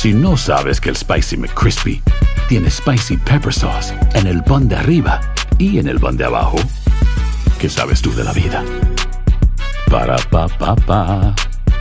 Si no sabes que el Spicy McCrispy tiene Spicy Pepper Sauce en el pan de arriba y en el pan de abajo, ¿qué sabes tú de la vida? Para, pa, pa, pa.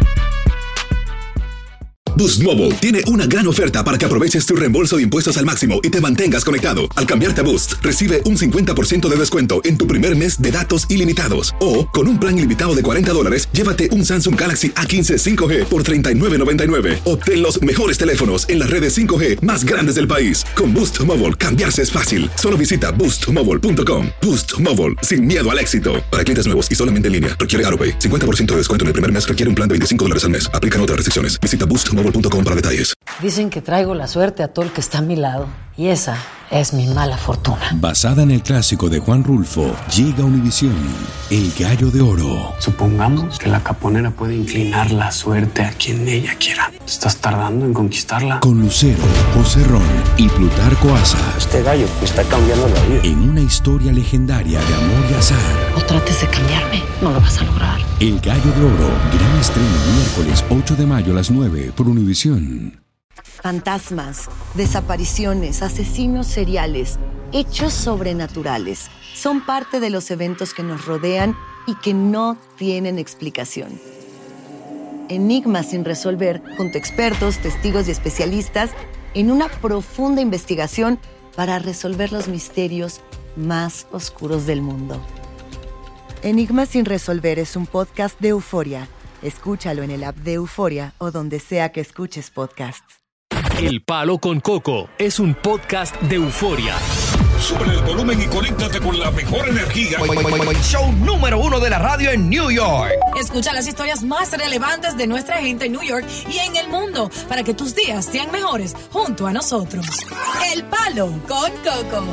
Boost Mobile tiene una gran oferta para que aproveches tu reembolso de impuestos al máximo y te mantengas conectado. Al cambiarte a Boost, recibe un 50% de descuento en tu primer mes de datos ilimitados. O, con un plan ilimitado de $40, llévate un Samsung Galaxy A15 5G por $39.99. Obtén los mejores teléfonos en las redes 5G más grandes del país. Con Boost Mobile, cambiarse es fácil. Solo visita boostmobile.com. Boost Mobile, sin miedo al éxito. Para clientes nuevos y solamente en línea, requiere AroPay. 50% de descuento en el primer mes requiere un plan de $25 al mes. Aplican otras restricciones. Visita boostmobile.com para detalles. Dicen que traigo la suerte a todo el que está a mi lado. Y esa es mi mala fortuna. Basada en el clásico de Juan Rulfo, llega Univisión, El Gallo de Oro. Supongamos que la caponera puede inclinar la suerte a quien ella quiera. ¿Estás tardando en conquistarla? Con Lucero, José Ron y Plutarco Asa. Este gallo me está cambiando la vida. En una historia legendaria de amor y azar. No trates de cambiarme, no lo vas a lograr. El Gallo de Oro, gran estreno miércoles 8 de mayo a las 9 por Univisión. Fantasmas, desapariciones, asesinos seriales, hechos sobrenaturales son parte de los eventos que nos rodean y que no tienen explicación. Enigmas sin resolver, junto a expertos, testigos y especialistas, en una profunda investigación para resolver los misterios más oscuros del mundo. Enigmas sin resolver es un podcast de Euforia. Escúchalo en el app de Euforia o donde sea que escuches podcasts. El Palo con Coco es un podcast de Euforia. Sube el volumen y conéctate con la mejor energía. Show número 1 de la radio en New York. Escucha las historias más relevantes de nuestra gente en New York y en el mundo para que tus días sean mejores junto a nosotros. El Palo con Coco.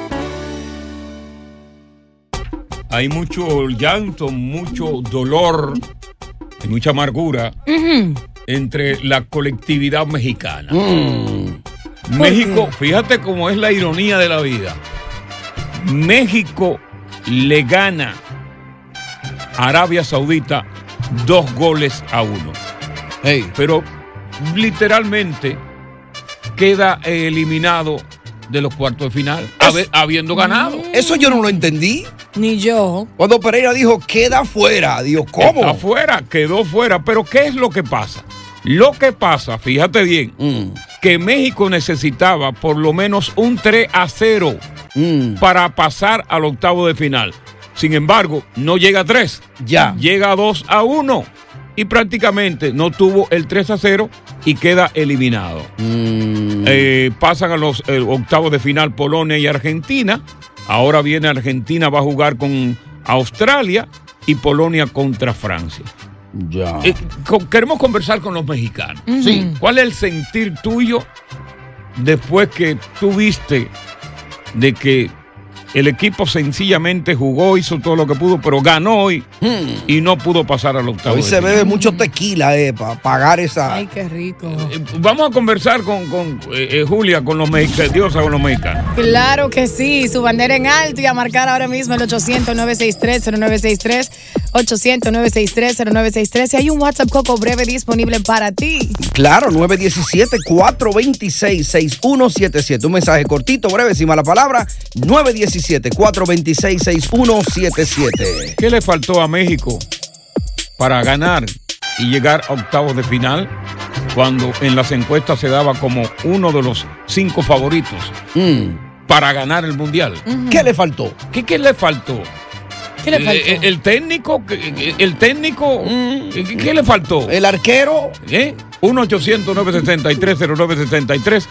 Hay mucho llanto, mucho dolor y mucha amargura entre la colectividad mexicana. México, fíjate cómo es la ironía de la vida. México le gana a Arabia Saudita 2-1. Hey. Pero literalmente queda eliminado de los cuartos de final, habiendo ganado. Eso yo no lo entendí. Ni yo. Cuando Pereira dijo, queda fuera. Digo, ¿cómo? Está fuera, quedó fuera. Pero ¿qué es lo que pasa? Lo que pasa, fíjate bien, que México necesitaba por lo menos un 3-0 para pasar al octavo de final. Sin embargo, no llega a 3. Ya. Llega a 2-1. Y prácticamente no tuvo el 3-0 y queda eliminado. Pasan a los octavos de final Polonia y Argentina. Ahora viene Argentina, va a jugar con Australia y Polonia contra Francia. Ya. Queremos conversar con los mexicanos. Sí. ¿Cuál es el sentir tuyo después que tú viste de que el equipo sencillamente jugó, hizo todo lo que pudo, pero ganó hoy y no pudo pasar al octavo? Hoy se bebe mucho tequila para pagar esa... Ay, qué rico. Vamos a conversar con Julia, con los mexicanos, con los mexicanos. Claro que sí, su bandera en alto y a marcar ahora mismo el 800-963-0963, 800-963-0963. Y hay un WhatsApp Coco breve disponible para ti. Claro, 917-426-6177. Un mensaje cortito, breve, sin mala palabra. 917-426-6177. ¿Qué le faltó a México para ganar y llegar a octavos de final cuando en las encuestas se daba como uno de los 5 favoritos para ganar el mundial? ¿Qué le faltó? ¿Qué le faltó? ¿Qué le faltó? El técnico, ¿qué le faltó? El arquero. 1-800-963-0963,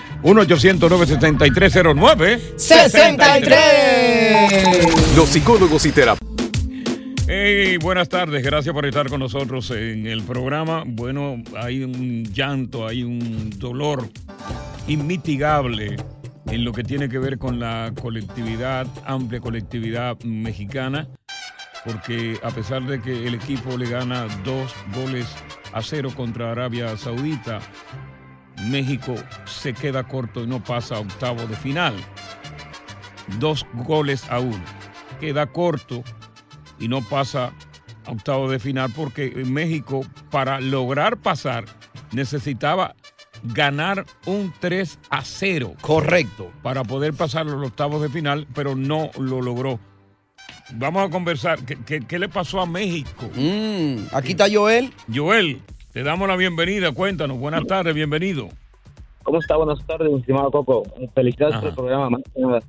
1-800-963-0963. Los psicólogos y terapeutas. Hey, buenas tardes, gracias por estar con nosotros en el programa. Bueno, hay un llanto, hay un dolor inmitigable en lo que tiene que ver con la colectividad, amplia colectividad mexicana, porque a pesar de que el equipo le gana 2-0 contra Arabia Saudita, México se queda corto y no pasa a octavo de final. 2-1. Queda corto y no pasa a octavo de final porque México, para lograr pasar, necesitaba ganar un 3-0. Correcto. Para poder pasar los octavos de final, pero no lo logró. Vamos a conversar. ¿Qué le pasó a México? Aquí está Joel. Joel, te damos la bienvenida. Cuéntanos. Buenas tardes, bienvenido. ¿Cómo está? Buenas tardes, mi estimado Coco. Felicidades por el programa. Más que nada.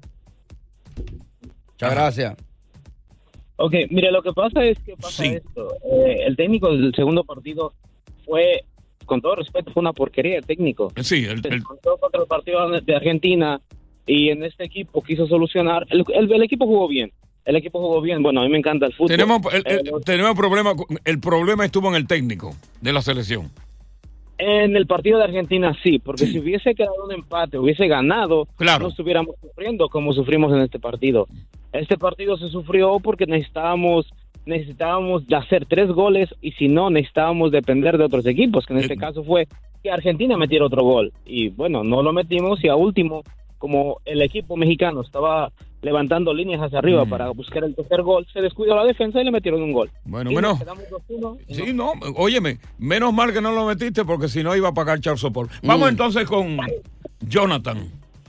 Muchas gracias. Ok, mire, lo que pasa es que pasa esto. El técnico del segundo partido fue, con todo respeto, fue una porquería el técnico. Sí, contra el partido de Argentina y en este equipo quiso solucionar. El equipo jugó bien. El equipo jugó bien. Bueno, a mí me encanta el fútbol. Tenemos problema. El problema estuvo en el técnico de la selección. En el partido de Argentina sí, porque si hubiese quedado un empate, hubiese ganado, no estuviéramos sufriendo como sufrimos en este partido. Este partido se sufrió porque necesitábamos de hacer 3 goles y si no, necesitábamos depender de otros equipos, que en este caso fue que Argentina metiera otro gol. Y bueno, no lo metimos y a último, como el equipo mexicano estaba levantando líneas hacia arriba para buscar el tercer gol, se descuidó la defensa y le metieron un gol. Bueno, menos. Sí, no, óyeme, menos mal que no lo metiste porque si no iba a pagar Charles Sopor. Vamos entonces con Jonathan.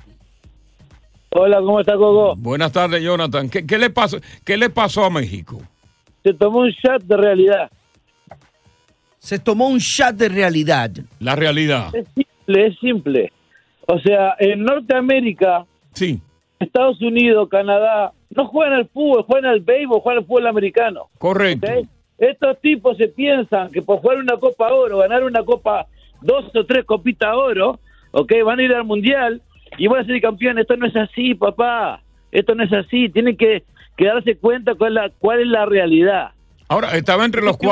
Hola, ¿cómo está, Coco? Buenas tardes, Jonathan. ¿Qué le pasó a México? Se tomó un shot de realidad. Se tomó un shot de realidad. La realidad. Es simple. O sea, en Norteamérica, Estados Unidos, Canadá, no juegan al fútbol, juegan al béisbol, juegan al fútbol americano. Correcto. ¿Okay? Estos tipos se piensan que por jugar una Copa Oro, ganar una Copa, 2 o 3 copitas Oro, van a ir al Mundial y van a ser campeones. Esto no es así, papá. Esto no es así. Tienen que darse cuenta cuál es la realidad. Ahora, estaba entre los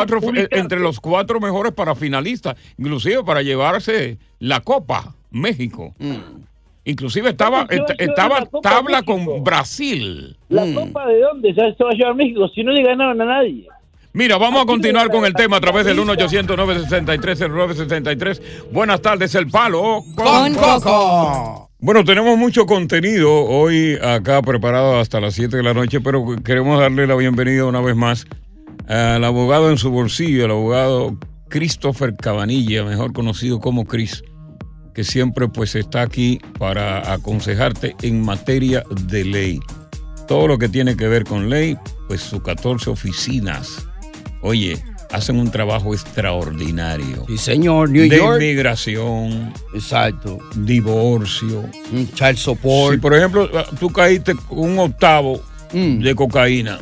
4 mejores para finalistas, inclusive para llevarse la Copa México. Inclusive estaba tabla con Brasil. ¿La Copa de dónde? ¿Se va a llevar México? Si no le ganaron a nadie. Mira, vamos a continuar con el tema a través del 1-800-963-0963. Buenas tardes, El Palo con Coco. Bueno, tenemos mucho contenido hoy acá preparado hasta las 7 de la noche, pero queremos darle la bienvenida una vez más al abogado en su bolsillo, el abogado Christopher Cabanilla, mejor conocido como Chris, que siempre pues está aquí para aconsejarte en materia de ley. Todo lo que tiene que ver con ley, pues sus 14 oficinas, oye, hacen un trabajo extraordinario. Sí, señor. New York. De inmigración. Exacto. Divorcio. Child support. Si, por ejemplo, tú caíste un octavo de cocaína.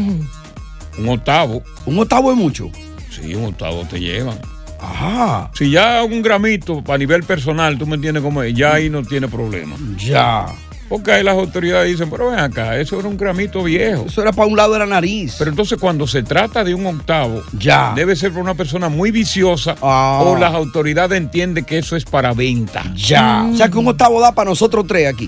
Un octavo. ¿Un octavo es mucho? Sí, un octavo te llevan. Ajá. Si ya un gramito a nivel personal, tú me entiendes cómo es, ya ahí no tiene problema. Ya. Porque ahí las autoridades dicen, pero ven acá, eso era un gramito viejo. Eso era para un lado de la nariz. Pero entonces cuando se trata de un octavo, ya debe ser por una persona muy viciosa o las autoridades entienden que eso es para venta. Ya. O sea que un octavo da para nosotros 3 aquí.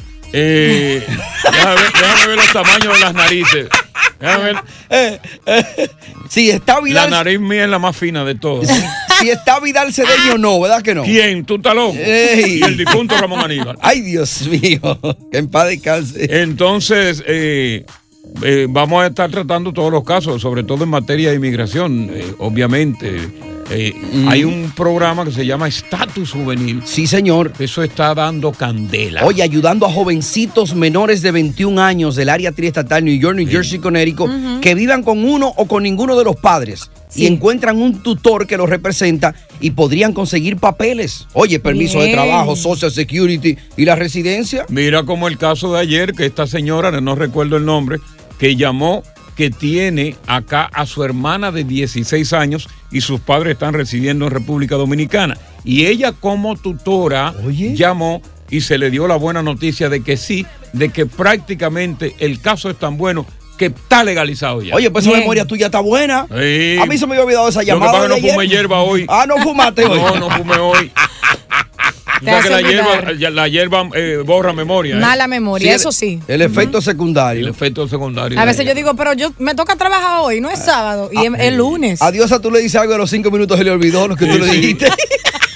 Déjame ver los tamaños de las narices. Déjame ver. Si está Vidal. La nariz mía es la más fina de todas. Si está Vidal Cedeño, no, ¿verdad que no? ¿Quién? ¿Tú estás loco? Y el difunto Ramón Aníbal. Ay, Dios mío, que en paz descanse. Entonces, vamos a estar tratando todos los casos, sobre todo en materia de inmigración, obviamente. Hay un programa que se llama Estatus Juvenil. Sí, señor. Eso está dando candela. Oye, ayudando a jovencitos menores de 21 años del área triestatal New York, New Jersey, Connecticut, que vivan con uno o con ninguno de los padres. Y encuentran un tutor que los representa y podrían conseguir papeles. Oye, permiso de trabajo, Social Security y la residencia. Mira como el caso de ayer, que esta señora, no recuerdo el nombre, que llamó, que tiene acá a su hermana de 16 años y sus padres están residiendo en República Dominicana. Y ella como tutora llamó y se le dio la buena noticia de que sí, de que prácticamente el caso es tan bueno que está legalizado ya. Oye, pues esa memoria tuya está buena. Sí. A mí se me había olvidado esa llamada. Lo que pasa es que no fumé hierba hoy. Ah, ¿no fumaste hoy? No fumé hoy. O sea que la hierba borra memoria. Mala memoria, sí, eso sí. El efecto secundario. El efecto secundario. A veces yo digo, pero me toca trabajar hoy, no es sábado, y es lunes. A Diosa tú le dices algo de los 5 minutos y le olvidó lo que tú le dijiste.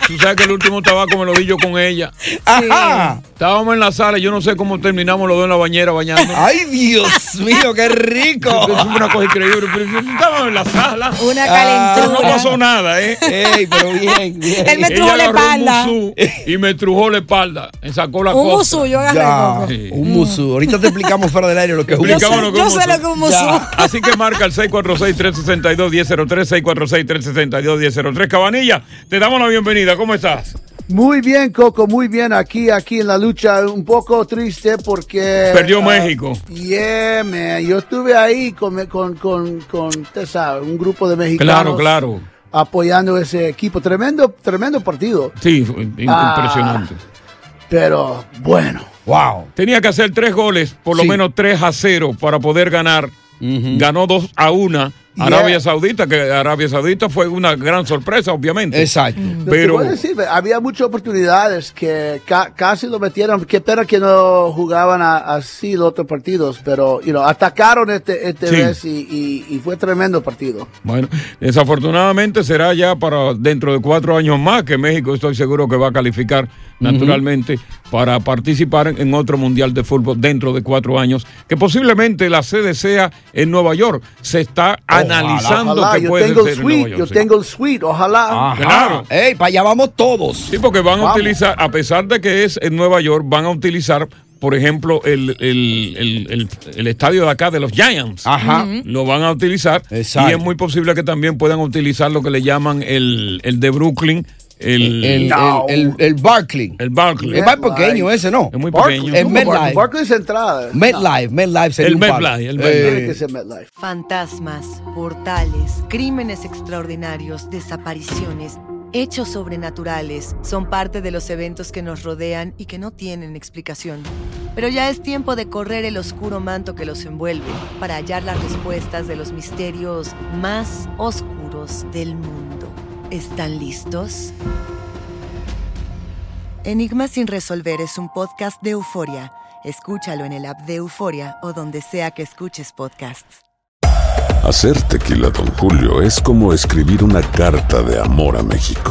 Tú sabes que el último tabaco me lo di yo con ella. Ajá. Estábamos en la sala, yo no sé cómo terminamos los dos en la bañera bañando. ¡Ay, Dios mío, qué rico! Es una cosa increíble, pero estábamos en la sala. Una calentura. No pasó nada, ¿eh? Ey, pero bien, bien. Él me trujó la espalda. Y me trujó la espalda. Me sacó la Un costa. musú, yo agarré. Sí. Un musú. Ahorita te explicamos fuera del aire lo que es un musú. Yo sé lo que es un musú. Así que marca el 646-362-1003, 646-362-1003. Cabanilla, te damos la bienvenida. ¿Cómo estás? Muy bien, Coco, muy bien. Aquí en la lucha, un poco triste porque... Perdió México. Yeah, man. Yo estuve ahí con usted sabe, un grupo de mexicanos. Claro. Apoyando ese equipo. Tremendo partido. Sí, impresionante. Pero, bueno. Wow. Tenía que hacer 3 goles, por lo menos 3-0 para poder ganar. Ganó 2-1 Arabia Saudita, que Arabia Saudita fue una gran sorpresa, obviamente. Exacto. Pero te voy a decir, había muchas oportunidades que casi lo metieron. Qué pena que no jugaban así los otros partidos, pero atacaron este vez y fue tremendo partido. Bueno, desafortunadamente será ya para dentro de 4 años más que México, estoy seguro que va a calificar naturalmente para participar en otro mundial de fútbol dentro de 4 años, que posiblemente la sede sea en Nueva York. Se está analizando ojalá, que puede ser en Nueva York. Yo tengo el suite, ojalá. Claro. Ey, para allá vamos todos. Sí, porque van a utilizar, a pesar de que es en Nueva York, van a utilizar, por ejemplo, el estadio de acá de los Giants. Ajá. Lo van a utilizar. Exacto. Y es muy posible que también puedan utilizar lo que le llaman el de Brooklyn. El Barclay. El Barclay. Es más pequeño ese, ¿no? Es muy pequeño. El MetLife. Barclay es entrada. MetLife sería un palo. MetLife. Fantasmas, portales, crímenes extraordinarios, desapariciones, hechos sobrenaturales son parte de los eventos que nos rodean y que no tienen explicación. Pero ya es tiempo de correr el oscuro manto que los envuelve para hallar las respuestas de los misterios más oscuros del mundo. ¿Están listos? Enigmas sin resolver es un podcast de Euforia. Escúchalo en el app de Euforia o donde sea que escuches podcasts. Hacer tequila Don Julio es como escribir una carta de amor a México.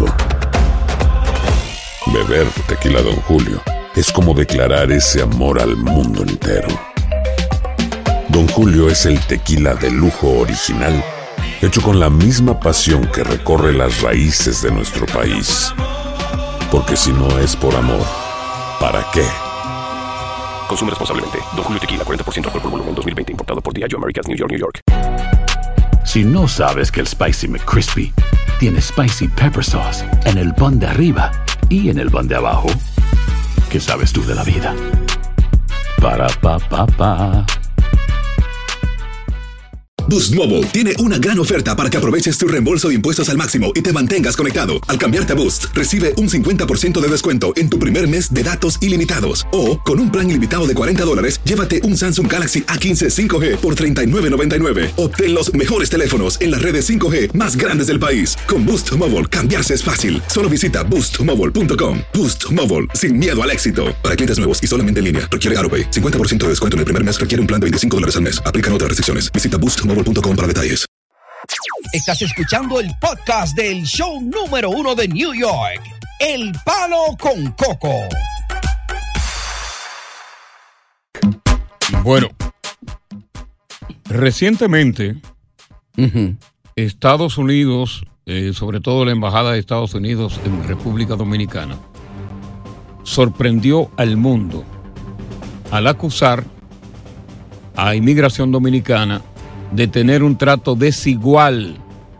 Beber tequila Don Julio es como declarar ese amor al mundo entero. Don Julio es el tequila de lujo original, hecho con la misma pasión que recorre las raíces de nuestro país. Porque si no es por amor, ¿para qué? Consume responsablemente. Don Julio Tequila, 40% alcohol por volumen, 2020. Importado por Diageo Americas, New York, New York. Si no sabes que el Spicy McCrispy tiene Spicy Pepper Sauce en el pan de arriba y en el pan de abajo, ¿qué sabes tú de la vida? Para, pa, pa, pa. Boost Mobile tiene una gran oferta para que aproveches tu reembolso de impuestos al máximo y te mantengas conectado. Al cambiarte a Boost, recibe un 50% de descuento en tu primer mes de datos ilimitados. O, con un plan ilimitado de $40, llévate un Samsung Galaxy A15 5G por $39.99. Obtén los mejores teléfonos en las redes 5G más grandes del país. Con Boost Mobile, cambiarse es fácil. Solo visita boostmobile.com. Boost Mobile, sin miedo al éxito. Para clientes nuevos y solamente en línea, requiere AutoPay. 50% de descuento en el primer mes requiere un plan de $25 al mes. Aplican otras restricciones. Visita boostmobile.com para detalles. Estás escuchando el podcast del show número 1 de New York, El Palo con Coco. Bueno, recientemente Estados Unidos, sobre todo la Embajada de Estados Unidos en República Dominicana, sorprendió al mundo al acusar a Inmigración Dominicana de tener un trato desigual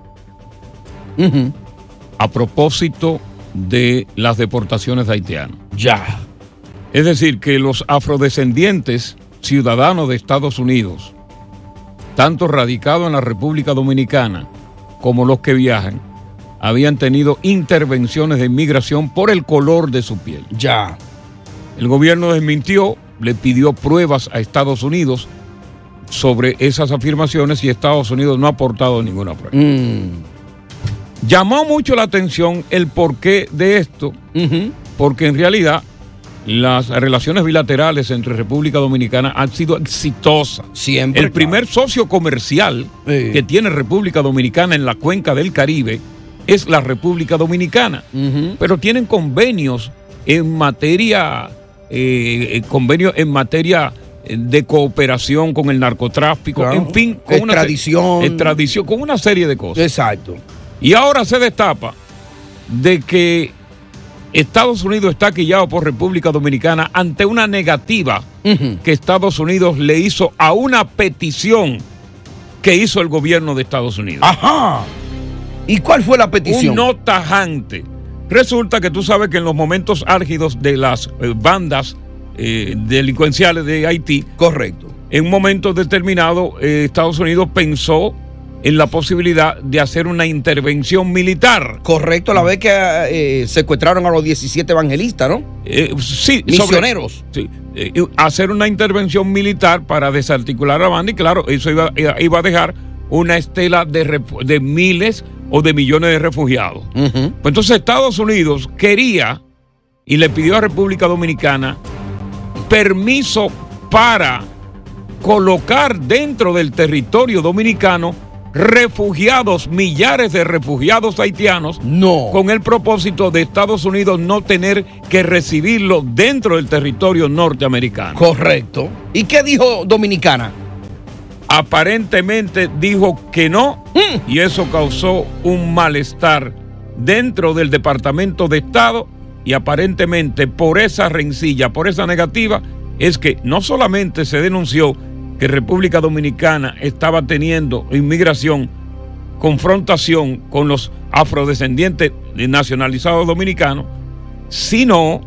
a propósito de las deportaciones de haitianos. Ya. Es decir, que los afrodescendientes ciudadanos de Estados Unidos, tanto radicados en la República Dominicana como los que viajan, habían tenido intervenciones de inmigración por el color de su piel. Ya. El gobierno desmintió, le pidió pruebas a Estados Unidos sobre esas afirmaciones y Estados Unidos no ha aportado ninguna prueba. Llamó mucho la atención el porqué de esto, porque en realidad las relaciones bilaterales entre República Dominicana han sido exitosas. Siempre. El primer socio comercial que tiene República Dominicana en la cuenca del Caribe es la República Dominicana. Pero tienen convenios en materia de cooperación con el narcotráfico, claro. En fin, con extradición, con una serie de cosas. Exacto. Y ahora se destapa de que Estados Unidos está quillado por República Dominicana ante una negativa que Estados Unidos le hizo a una petición que hizo el gobierno de Estados Unidos. Ajá. ¿Y cuál fue la petición? Un no tajante. Resulta que tú sabes que en los momentos álgidos de las bandas delincuenciales de Haití, correcto, en un momento determinado Estados Unidos pensó en la posibilidad de hacer una intervención militar. Correcto, la vez que secuestraron a los 17 evangelistas, ¿no? Sí. Misioneros. Hacer una intervención militar para desarticular la banda y claro, eso iba a dejar una estela de miles o de millones de refugiados. Pues entonces Estados Unidos quería y le pidió a República Dominicana permiso para colocar dentro del territorio dominicano refugiados, millares de refugiados haitianos, con el propósito de Estados Unidos no tener que recibirlos dentro del territorio norteamericano. Correcto. ¿Y qué dijo Dominicana? Aparentemente dijo que no, y eso causó un malestar dentro del Departamento de Estado, y aparentemente por esa rencilla, por esa negativa, es que no solamente se denunció que República Dominicana estaba teniendo inmigración, confrontación con los afrodescendientes nacionalizados dominicanos, sino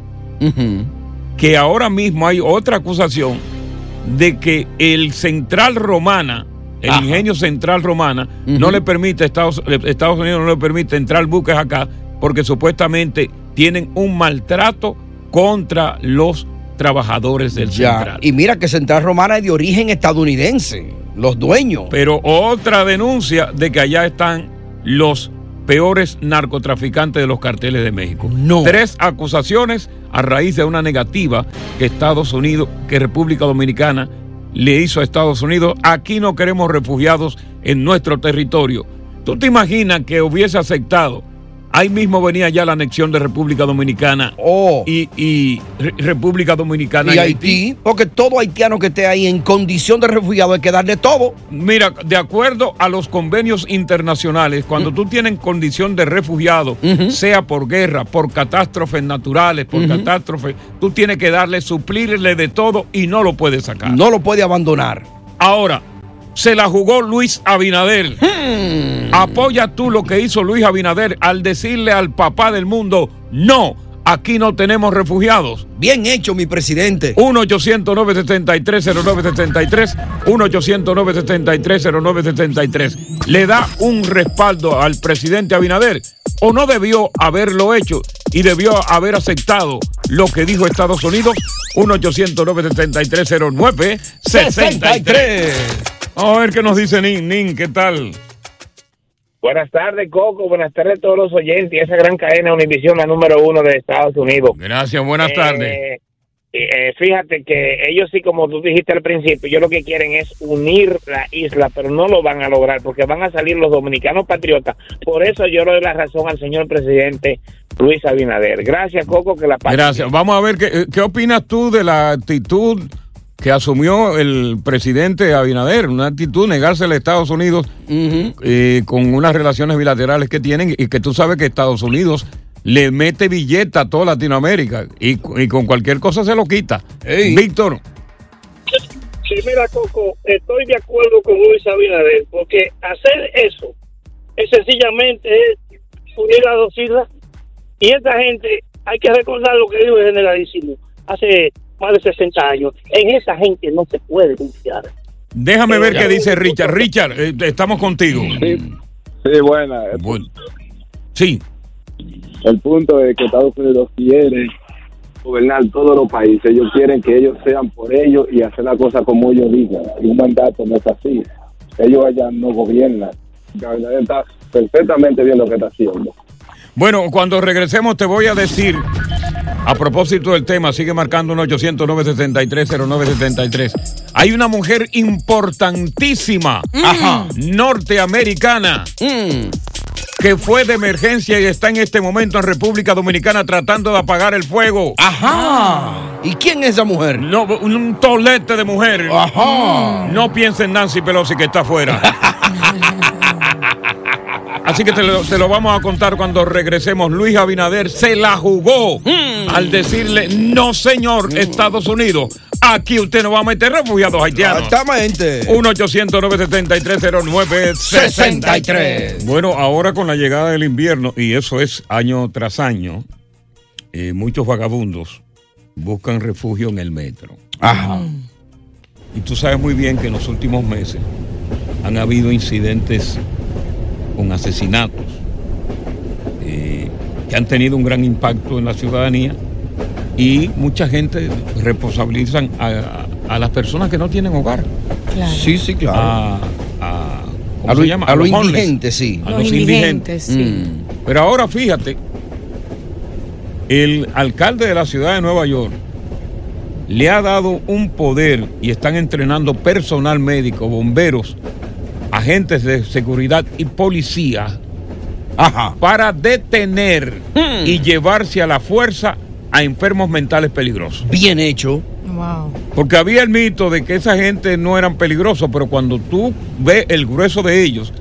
que ahora mismo hay otra acusación de que el Central Romana, el ingenio Central Romana, no le permite, Estados Unidos no le permite entrar buques acá porque supuestamente tienen un maltrato contra los trabajadores del Central. Y mira que Central Romana es de origen estadounidense, los dueños. Pero otra denuncia de que allá están los peores narcotraficantes de los carteles de México. 3 acusaciones a raíz de una negativa que República Dominicana le hizo a Estados Unidos. Aquí no queremos refugiados en nuestro territorio. ¿Tú te imaginas que hubiese aceptado? Ahí mismo venía ya la anexión de República Dominicana y República Dominicana y Haití, porque todo haitiano que esté ahí en condición de refugiado hay que darle todo. Mira, de acuerdo a los convenios internacionales, cuando tú tienes condición de refugiado, sea por guerra, por catástrofes naturales, por catástrofes, tú tienes que suplirle de todo y no lo puedes sacar. No lo puede abandonar. Ahora, se la jugó Luis Abinader. ¿Apoya tú lo que hizo Luis Abinader al decirle al papá del mundo, no, aquí no tenemos refugiados? Bien hecho, mi presidente. 1-800-973-0973, 1-800-973-0973. ¿Le da un respaldo al presidente Abinader o no debió haberlo hecho y debió haber aceptado lo que dijo Estados Unidos? 1-800-973-0963. Vamos a ver qué nos dice Nin, ¿qué tal? Buenas tardes, Coco. Buenas tardes a todos los oyentes y esa gran cadena Univisión, la número 1 de Estados Unidos. Gracias, buenas tardes. Fíjate que ellos sí, como tú dijiste al principio, ellos lo que quieren es unir la isla, pero no lo van a lograr porque van a salir los dominicanos patriotas. Por eso yo le doy la razón al señor presidente Luis Abinader. Gracias, Coco, que la paz. Gracias. Vamos a ver, ¿qué opinas tú de la actitud que asumió el presidente Abinader? Una actitud, negarse a Estados Unidos con unas relaciones bilaterales que tienen y que tú sabes que Estados Unidos le mete billete a toda Latinoamérica y con cualquier cosa se lo quita. Víctor. Sí, mira, Coco, estoy de acuerdo con Luis Abinader, porque hacer eso es sencillamente unir las dos islas, y esta gente, hay que recordar lo que dijo el generalísimo hace más de 60 años. En esa gente no se puede confiar. Déjame ver qué dice Richard. Richard, estamos contigo. Sí, buena. Sí. El punto es que Estados Unidos quiere gobernar todos los países. Ellos quieren que ellos sean por ellos y hacer la cosa como ellos digan. Y un mandato no es así. Ellos allá no gobiernan. Gabriel está perfectamente bien lo que está haciendo. Bueno, cuando regresemos te voy a decir, a propósito del tema, sigue marcando 1-800-973-0973. Hay una mujer importantísima, norteamericana, que fue de emergencia y está en este momento en República Dominicana tratando de apagar el fuego. Ajá. ¿Y quién es esa mujer? No, un tolete de mujer. Ajá. No piense en Nancy Pelosi que está afuera. Así que te lo vamos a contar cuando regresemos. Luis Abinader se la jugó al decirle, no señor, Estados Unidos, aquí usted no va a meter refugiados haitianos. Exactamente. 1-800-973-0963. Bueno, ahora con la llegada del invierno, y eso es año tras año, muchos vagabundos buscan refugio en el metro. Ajá. Y tú sabes muy bien que en los últimos meses han habido incidentes con asesinatos que han tenido un gran impacto en la ciudadanía, y mucha gente responsabilizan a las personas que no tienen hogar. Claro. Sí, claro. ¿Cómo se llama? A los indigentes, sí. A los indigentes. Sí. Pero ahora fíjate, el alcalde de la ciudad de Nueva York le ha dado un poder y están entrenando personal médico, bomberos, agentes de seguridad y policía para detener y llevarse a la fuerza a enfermos mentales peligrosos. Bien hecho. Wow. Porque había el mito de que esa gente no eran peligrosos, pero cuando tú ves el grueso de ellos,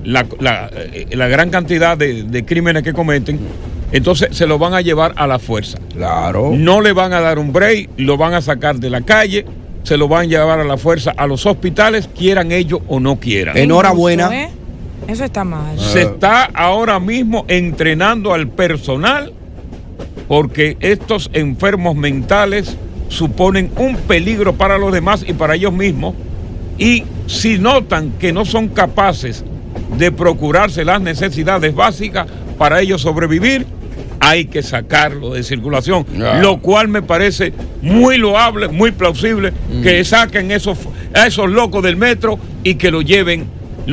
la gran cantidad de crímenes que cometen, entonces se lo van a llevar a la fuerza. Claro. No le van a dar un break, lo van a sacar de la calle, se lo van a llevar a la fuerza a los hospitales, quieran ellos o no quieran. Enhorabuena. Eso está mal. Se está ahora mismo entrenando al personal porque estos enfermos mentales suponen un peligro para los demás y para ellos mismos, y si notan que no son capaces de procurarse las necesidades básicas para ellos sobrevivir, hay que sacarlo de circulación, lo cual me parece muy loable, muy plausible, que saquen a esos locos del metro y que lo lleven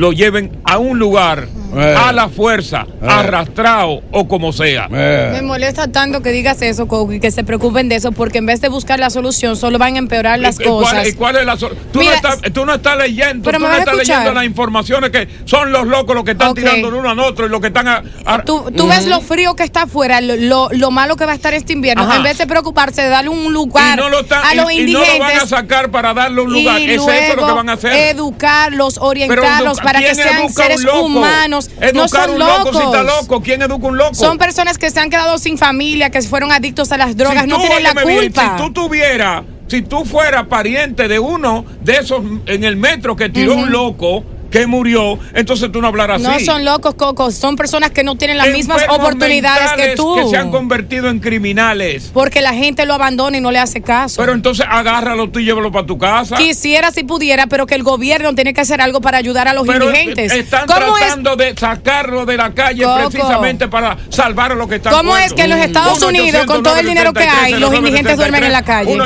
a un lugar a la fuerza, arrastrado o como sea. Me molesta tanto que digas eso, Coco, y que se preocupen de eso, porque en vez de buscar la solución solo van a empeorar las cosas. ¿Cuál es la solución? Tú no estás leyendo, pero tú no estás leyendo las informaciones que son los locos los que están tirando de uno al otro y los que están Tú ves lo frío que está afuera, lo malo que va a estar este invierno. Ajá. En vez de preocuparse de darle un lugar a los indigentes. Y no lo van a sacar para darle un lugar. Y ¿Es luego eso lo que van a hacer? Educarlos, orientarlos para que sean seres humanos. No son locos. Si está loco, ¿quién educa un loco? Son personas que se han quedado sin familia, que fueron adictos a las drogas, no tienen la culpa. Si tú fueras pariente de uno de esos en el metro que tiró un loco que murió, entonces tú no hablarás así. No son locos, Coco, son personas que no tienen las mismas oportunidades que tú. Que se han convertido en criminales. Porque la gente lo abandona y no le hace caso. Pero entonces agárralo tú y llévalo para tu casa. Quisiera si pudiera, pero que el gobierno tiene que hacer algo para ayudar a los indigentes. Están tratando de sacarlo de la calle, Coco, precisamente para salvar a los que están ¿Cómo muertos? Es que en los Estados Unidos, con todo el dinero que hay, los indigentes duermen en la calle?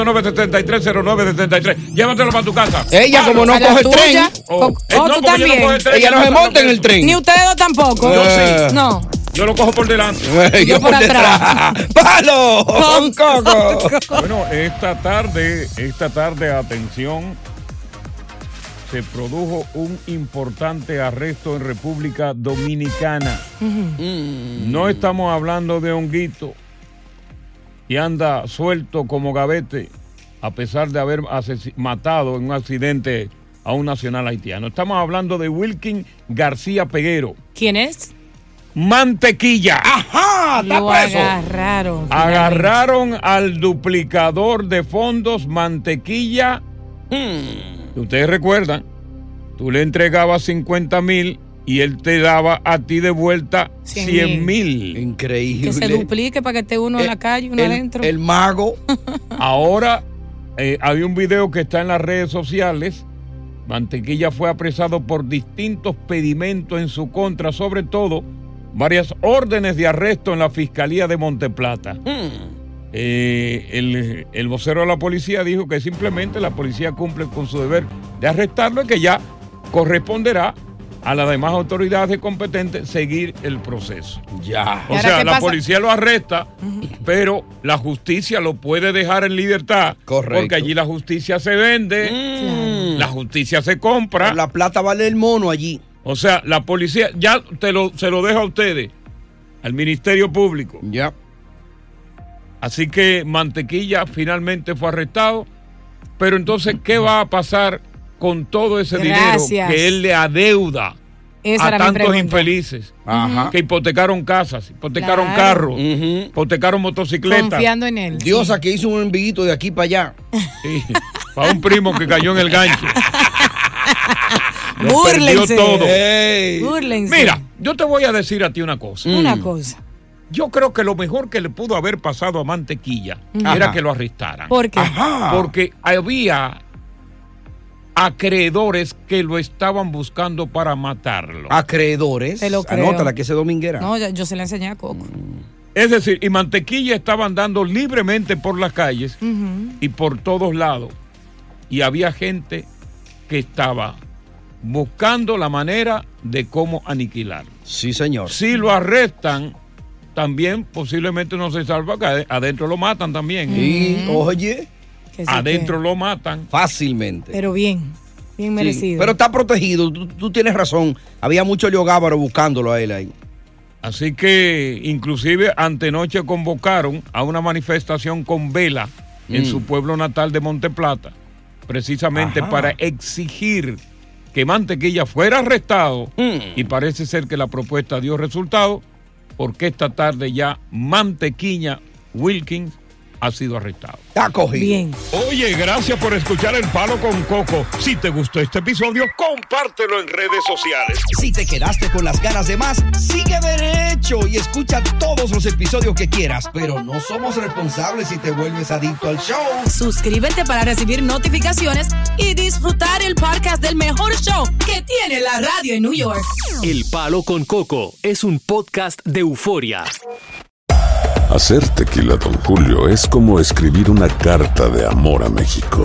1-800-973-0973. Llévatelo para tu casa. Ella, como no coge el tren. No, tú también. Ella no se monta en el tren. Ni ustedes dos tampoco. Yo sí. No. Yo lo cojo por delante. Yo por atrás. ¡Palo! ¡Con Coco! Bueno, esta tarde, atención, se produjo un importante arresto en República Dominicana. No estamos hablando de Honguito y anda suelto como gavete a pesar de haber matado en un accidente a un nacional haitiano. Estamos hablando de Wilkin García Peguero. ¿Quién es? Mantequilla. ¡Ajá! ¡Está preso! Agarraron al duplicador de fondos Mantequilla. Ustedes recuerdan, tú le entregabas 50,000 y él te daba a ti de vuelta 100,000. Increíble. Que se duplique para que esté uno en la calle, uno adentro. El mago. Ahora había un video que está en las redes sociales. Mantequilla fue apresado por distintos pedimentos en su contra, sobre todo varias órdenes de arresto en la Fiscalía de Monteplata. El vocero de la policía dijo que simplemente la policía cumple con su deber de arrestarlo y que ya corresponderá a las demás autoridades competentes seguir el proceso. Ya. O sea, la policía lo arresta, pero la justicia lo puede dejar en libertad. Correcto. Porque allí la justicia se vende, la justicia se compra. La plata vale el mono allí. O sea, la policía, ya se lo dejo a ustedes, al Ministerio Público. Ya. Así que Mantequilla finalmente fue arrestado. Pero entonces, ¿qué va a pasar con todo ese dinero que él le adeuda a tantos infelices que hipotecaron casas, hipotecaron carros, hipotecaron motocicletas? Confiando en él. Diosa que hizo un enviguito de aquí para allá. Sí, para un primo que cayó en el gancho. Búrlense. Perdió todo. Búrlense. Mira, yo te voy a decir a ti una cosa. Una cosa. Yo creo que lo mejor que le pudo haber pasado a Mantequilla era que lo arrestaran. ¿Por qué? Porque había acreedores que lo estaban buscando para matarlo. ¿Acreedores? Te lo creo. Anótala, que ese dominguera. No, yo se la enseñé a Coco. Es decir, y Mantequilla estaba andando libremente por las calles y por todos lados. Y había gente que estaba buscando la manera de cómo aniquilarlo. Sí, señor. Si lo arrestan, también posiblemente no se salva, que adentro lo matan también. Y, oye, adentro lo matan. Fácilmente. Pero bien merecido. Pero está protegido, tú tienes razón. Había mucho leogábaro buscándolo a él ahí. Así que inclusive antenoche convocaron a una manifestación con vela en su pueblo natal de Monteplata, precisamente para exigir que Mantequilla fuera arrestado y parece ser que la propuesta dio resultado porque esta tarde ya Mantequilla Wilkins ha sido arrestado. Está cogido. Bien. Oye, gracias por escuchar El Palo con Coco. Si te gustó este episodio, compártelo en redes sociales. Si te quedaste con las ganas de más, sigue derecho y escucha todos los episodios que quieras. Pero no somos responsables si te vuelves adicto al show. Suscríbete para recibir notificaciones y disfrutar el podcast del mejor show que tiene la radio en New York. El Palo con Coco es un podcast de euforia. Hacer tequila Don Julio es como escribir una carta de amor a México.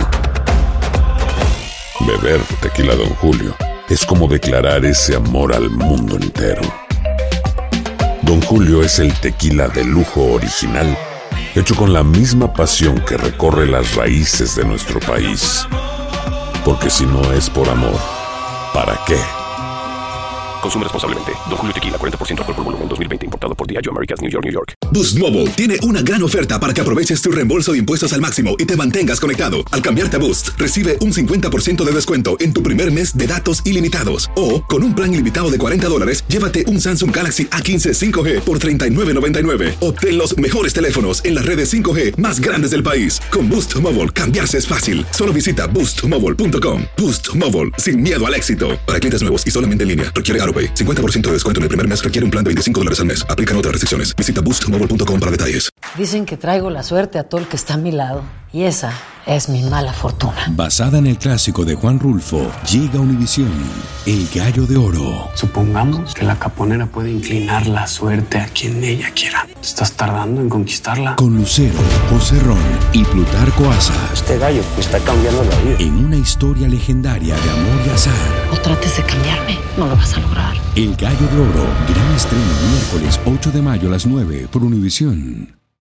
Beber tequila Don Julio es como declarar ese amor al mundo entero. Don Julio es el tequila de lujo original, hecho con la misma pasión que recorre las raíces de nuestro país. Porque si no es por amor, ¿para qué? Consume responsablemente. Don Julio Tequila, 40% alcohol por volumen, 2020. Importado por Diageo Americas, New York, New York. Boost Mobile tiene una gran oferta para que aproveches tu reembolso de impuestos al máximo y te mantengas conectado. Al cambiarte a Boost, recibe un 50% de descuento en tu primer mes de datos ilimitados. O, con un plan ilimitado de $40, llévate un Samsung Galaxy A15 5G por $39.99. Obtén los mejores teléfonos en las redes 5G más grandes del país. Con Boost Mobile, cambiarse es fácil. Solo visita boostmobile.com. Boost Mobile, sin miedo al éxito. Para clientes nuevos y solamente en línea, requiere AroPay. 50% de descuento en el primer mes, requiere un plan de $25 al mes. Aplican otras restricciones. Visita boostmobile.com para detalles. Dicen que traigo la suerte a todo el que está a mi lado. Y esa es mi mala fortuna. Basada en el clásico de Juan Rulfo, llega Univisión, El Gallo de Oro. Supongamos que la caponera puede inclinar la suerte a quien ella quiera. ¿Estás tardando en conquistarla? Con Lucero, José Ron y Plutarco Asa. Este gallo está cambiando la vida. En una historia legendaria de amor y azar. No trates de cambiarme, no lo vas a lograr. El Gallo de Oro, gran estreno miércoles 8 de mayo a las 9 por Univisión.